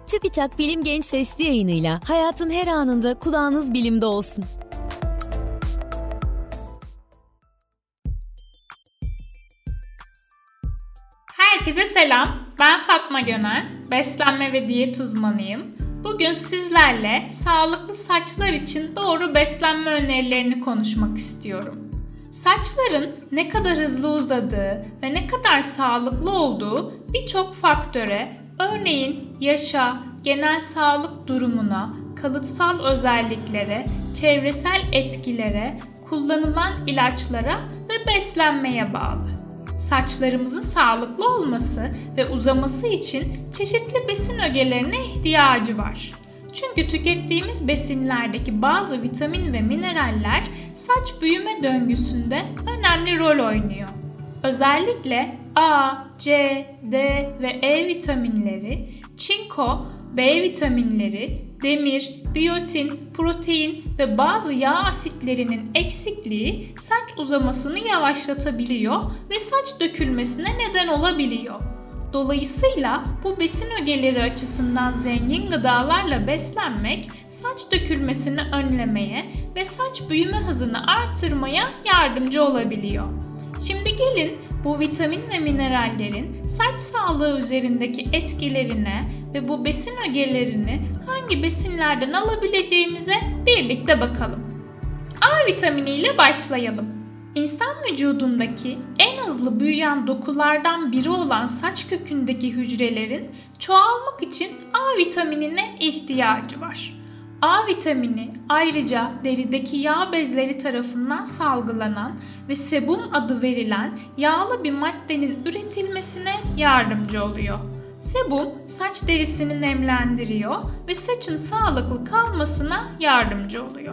Çubitak Bilim Genç Sesli yayınıyla hayatın her anında kulağınız bilimde olsun. Herkese selam, ben Fatma Gönel, beslenme ve diyet uzmanıyım. Bugün sizlerle sağlıklı saçlar için doğru beslenme önerilerini konuşmak istiyorum. Saçların ne kadar hızlı uzadığı ve ne kadar sağlıklı olduğu birçok faktöre, örneğin yaşa, genel sağlık durumuna, kalıtsal özelliklere, çevresel etkilere, kullanılan ilaçlara ve beslenmeye bağlı. Saçlarımızın sağlıklı olması ve uzaması için çeşitli besin ögelerine ihtiyacı var. Çünkü tükettiğimiz besinlerdeki bazı vitamin ve mineraller saç büyüme döngüsünde önemli rol oynuyor. Özellikle A, C, D ve E vitaminleri, çinko, B vitaminleri, demir, biyotin, protein ve bazı yağ asitlerinin eksikliği saç uzamasını yavaşlatabiliyor ve saç dökülmesine neden olabiliyor. Dolayısıyla bu besin ögeleri açısından zengin gıdalarla beslenmek saç dökülmesini önlemeye ve saç büyüme hızını artırmaya yardımcı olabiliyor. Şimdi gelin bu vitamin ve minerallerin saç sağlığı üzerindeki etkilerine ve bu besin ögelerini hangi besinlerden alabileceğimize birlikte bakalım. A vitamini ile başlayalım. İnsan vücudundaki en hızlı büyüyen dokulardan biri olan saç kökündeki hücrelerin çoğalmak için A vitaminine ihtiyacı var. A vitamini ayrıca derideki yağ bezleri tarafından salgılanan ve sebum adı verilen yağlı bir maddenin üretilmesine yardımcı oluyor. Sebum saç derisini nemlendiriyor ve saçın sağlıklı kalmasına yardımcı oluyor.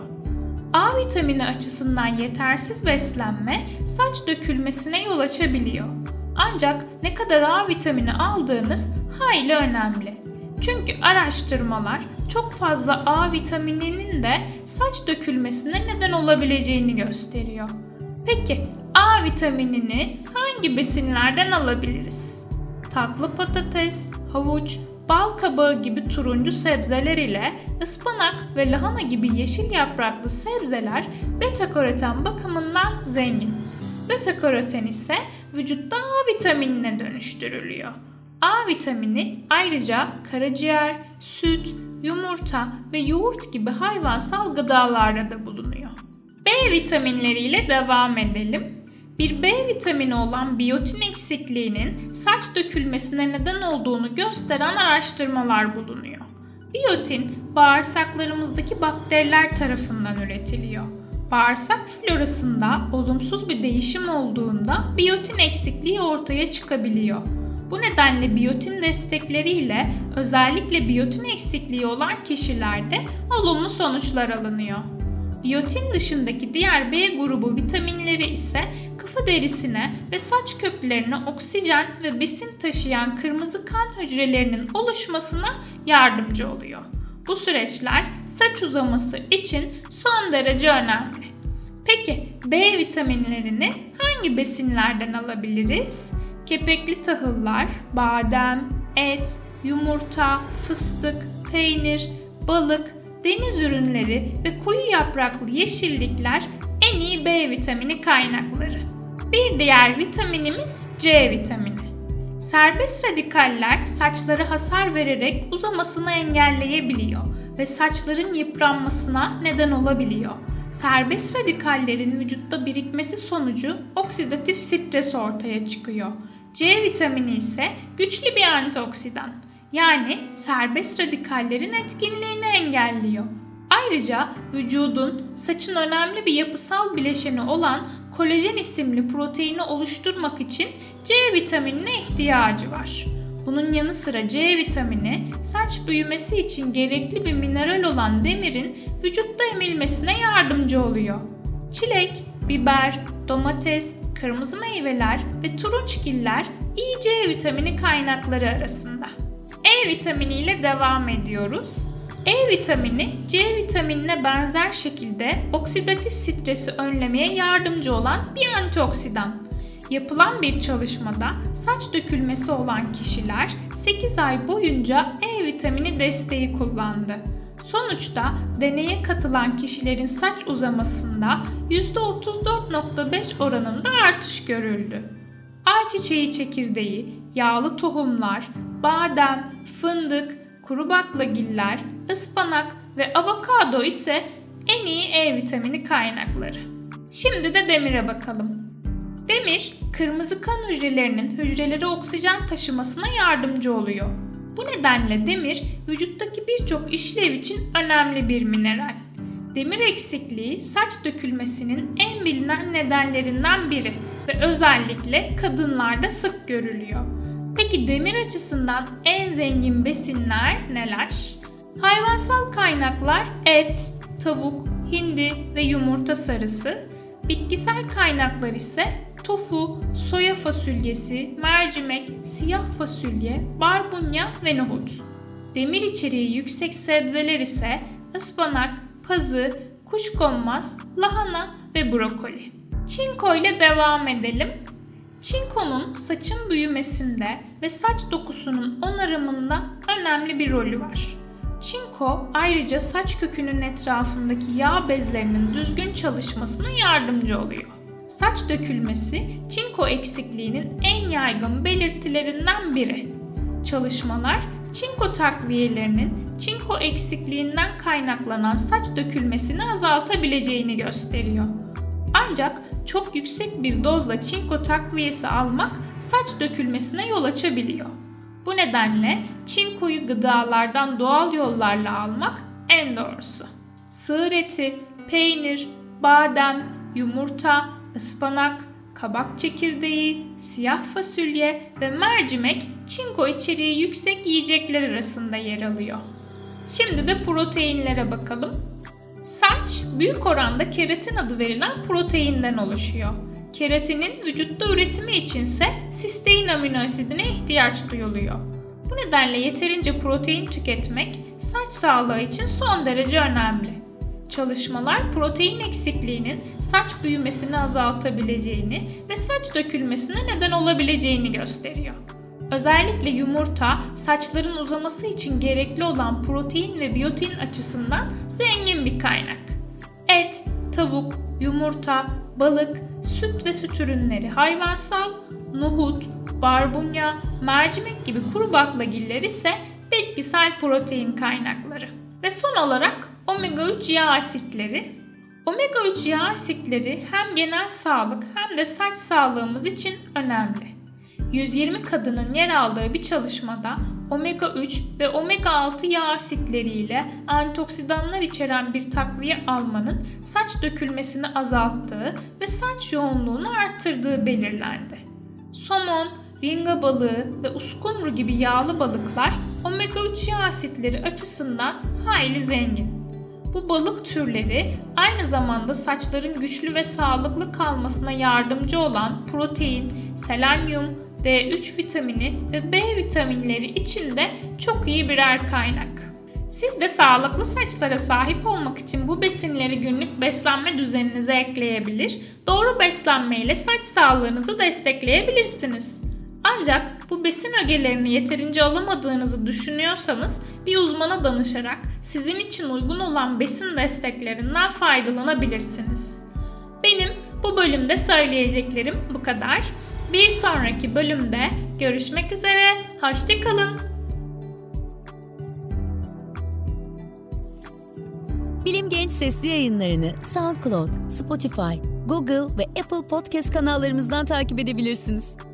A vitamini açısından yetersiz beslenme saç dökülmesine yol açabiliyor. Ancak ne kadar A vitamini aldığınız hayli önemli. Çünkü araştırmalar çok fazla A vitamininin de saç dökülmesine neden olabileceğini gösteriyor. Peki A vitaminini hangi besinlerden alabiliriz? Tatlı patates, havuç, bal kabağı gibi turuncu sebzeler ile ıspanak ve lahana gibi yeşil yapraklı sebzeler beta-karoten bakımından zengin. Beta-karoten ise vücutta A vitaminine dönüştürülüyor. A vitamini ayrıca karaciğer, süt, yumurta ve yoğurt gibi hayvansal gıdalarda da bulunuyor. B vitaminleriyle devam edelim. Bir B vitamini olan biyotin eksikliğinin saç dökülmesine neden olduğunu gösteren araştırmalar bulunuyor. Biyotin bağırsaklarımızdaki bakteriler tarafından üretiliyor. Bağırsak florasında olumsuz bir değişim olduğunda biyotin eksikliği ortaya çıkabiliyor. Bu nedenle biyotin destekleriyle özellikle biyotin eksikliği olan kişilerde olumlu sonuçlar alınıyor. Biyotin dışındaki diğer B grubu vitaminleri ise kafa derisine ve saç köklerine oksijen ve besin taşıyan kırmızı kan hücrelerinin oluşmasına yardımcı oluyor. Bu süreçler saç uzaması için son derece önemli. Peki B vitaminlerini hangi besinlerden alabiliriz? Kepekli tahıllar, badem, et, yumurta, fıstık, peynir, balık, deniz ürünleri ve koyu yapraklı yeşillikler en iyi B vitamini kaynakları. Bir diğer vitaminimiz C vitamini. Serbest radikaller saçlara hasar vererek uzamasını engelleyebiliyor ve saçların yıpranmasına neden olabiliyor. Serbest radikallerin vücutta birikmesi sonucu oksidatif stres ortaya çıkıyor. C vitamini ise güçlü bir antioksidan. Yani serbest radikallerin etkinliğini engelliyor. Ayrıca vücudun saçın önemli bir yapısal bileşeni olan kolajen isimli proteini oluşturmak için C vitaminine ihtiyacı var. Bunun yanı sıra C vitamini saç büyümesi için gerekli bir mineral olan demirin vücutta emilmesine yardımcı oluyor. Çilek, biber, domates, kırmızı meyveler ve turunçgiller iyi C vitamini kaynakları arasında. E vitamini ile devam ediyoruz. E vitamini C vitaminine benzer şekilde oksidatif stresi önlemeye yardımcı olan bir antioksidan. Yapılan bir çalışmada saç dökülmesi olan kişiler 8 ay boyunca E vitamini vitamini desteği kullandı. Sonuçta deneye katılan kişilerin saç uzamasında %34.5 oranında artış görüldü. Ayçiçeği çekirdeği, yağlı tohumlar, badem, fındık, kuru baklagiller, ıspanak ve avokado ise en iyi E vitamini kaynakları. Şimdi de demire bakalım. Demir, kırmızı kan hücrelerinin hücrelere oksijen taşımasına yardımcı oluyor. Bu nedenle demir, vücuttaki birçok işlev için önemli bir mineral. Demir eksikliği saç dökülmesinin en bilinen nedenlerinden biri ve özellikle kadınlarda sık görülüyor. Peki demir açısından en zengin besinler neler? Hayvansal kaynaklar et, tavuk, hindi ve yumurta sarısı, bitkisel kaynaklar ise tofu, soya fasulyesi, mercimek, siyah fasulye, barbunya ve nohut. Demir içeriği yüksek sebzeler ise ıspanak, pazı, kuşkonmaz, lahana ve brokoli. Çinko ile devam edelim. Çinkonun saçın büyümesinde ve saç dokusunun onarımında önemli bir rolü var. Çinko ayrıca saç kökünün etrafındaki yağ bezlerinin düzgün çalışmasına yardımcı oluyor. Saç dökülmesi çinko eksikliğinin en yaygın belirtilerinden biri. Çalışmalar çinko takviyelerinin çinko eksikliğinden kaynaklanan saç dökülmesini azaltabileceğini gösteriyor. Ancak çok yüksek bir dozla çinko takviyesi almak saç dökülmesine yol açabiliyor. Bu nedenle çinkoyu gıdalardan doğal yollarla almak en doğrusu. Sığır eti, peynir, badem, yumurta, ıspanak, kabak çekirdeği, siyah fasulye ve mercimek çinko içeriği yüksek yiyecekler arasında yer alıyor. Şimdi de proteinlere bakalım. Saç büyük oranda keratin adı verilen proteinden oluşuyor. Keratinin vücutta üretimi içinse sistein amino asidine ihtiyaç duyuluyor. Bu nedenle yeterince protein tüketmek saç sağlığı için son derece önemli. Çalışmalar protein eksikliğinin saç büyümesini azaltabileceğini ve saç dökülmesine neden olabileceğini gösteriyor. Özellikle yumurta, saçların uzaması için gerekli olan protein ve biyotin açısından zengin bir kaynak. Et, tavuk, yumurta, balık, süt ve süt ürünleri hayvansal, nohut, barbunya, mercimek gibi kuru baklagiller ise bitkisel protein kaynakları. Ve son olarak omega-3 yağ asitleri. Omega-3 yağ asitleri hem genel sağlık hem de saç sağlığımız için önemli. 120 kadının yer aldığı bir çalışmada omega-3 ve omega-6 yağ asitleriyle antioksidanlar içeren bir takviye almanın saç dökülmesini azalttığı ve saç yoğunluğunu arttırdığı belirlendi. Somon, ringa balığı ve uskumru gibi yağlı balıklar omega-3 yağ asitleri açısından hayli zengin. Bu balık türleri aynı zamanda saçların güçlü ve sağlıklı kalmasına yardımcı olan protein, selenyum, D3 vitamini ve B vitaminleri için de çok iyi birer kaynak. Siz de sağlıklı saçlara sahip olmak için bu besinleri günlük beslenme düzeninize ekleyebilir, doğru beslenmeyle saç sağlığınızı destekleyebilirsiniz. Ancak bu besin ögelerini yeterince alamadığınızı düşünüyorsanız bir uzmana danışarak sizin için uygun olan besin desteklerinden faydalanabilirsiniz. Benim bu bölümde söyleyeceklerim bu kadar. Bir sonraki bölümde görüşmek üzere, hoşça kalın. Bilim Genç sesli yayınlarını SoundCloud, Spotify, Google ve Apple Podcast kanallarımızdan takip edebilirsiniz.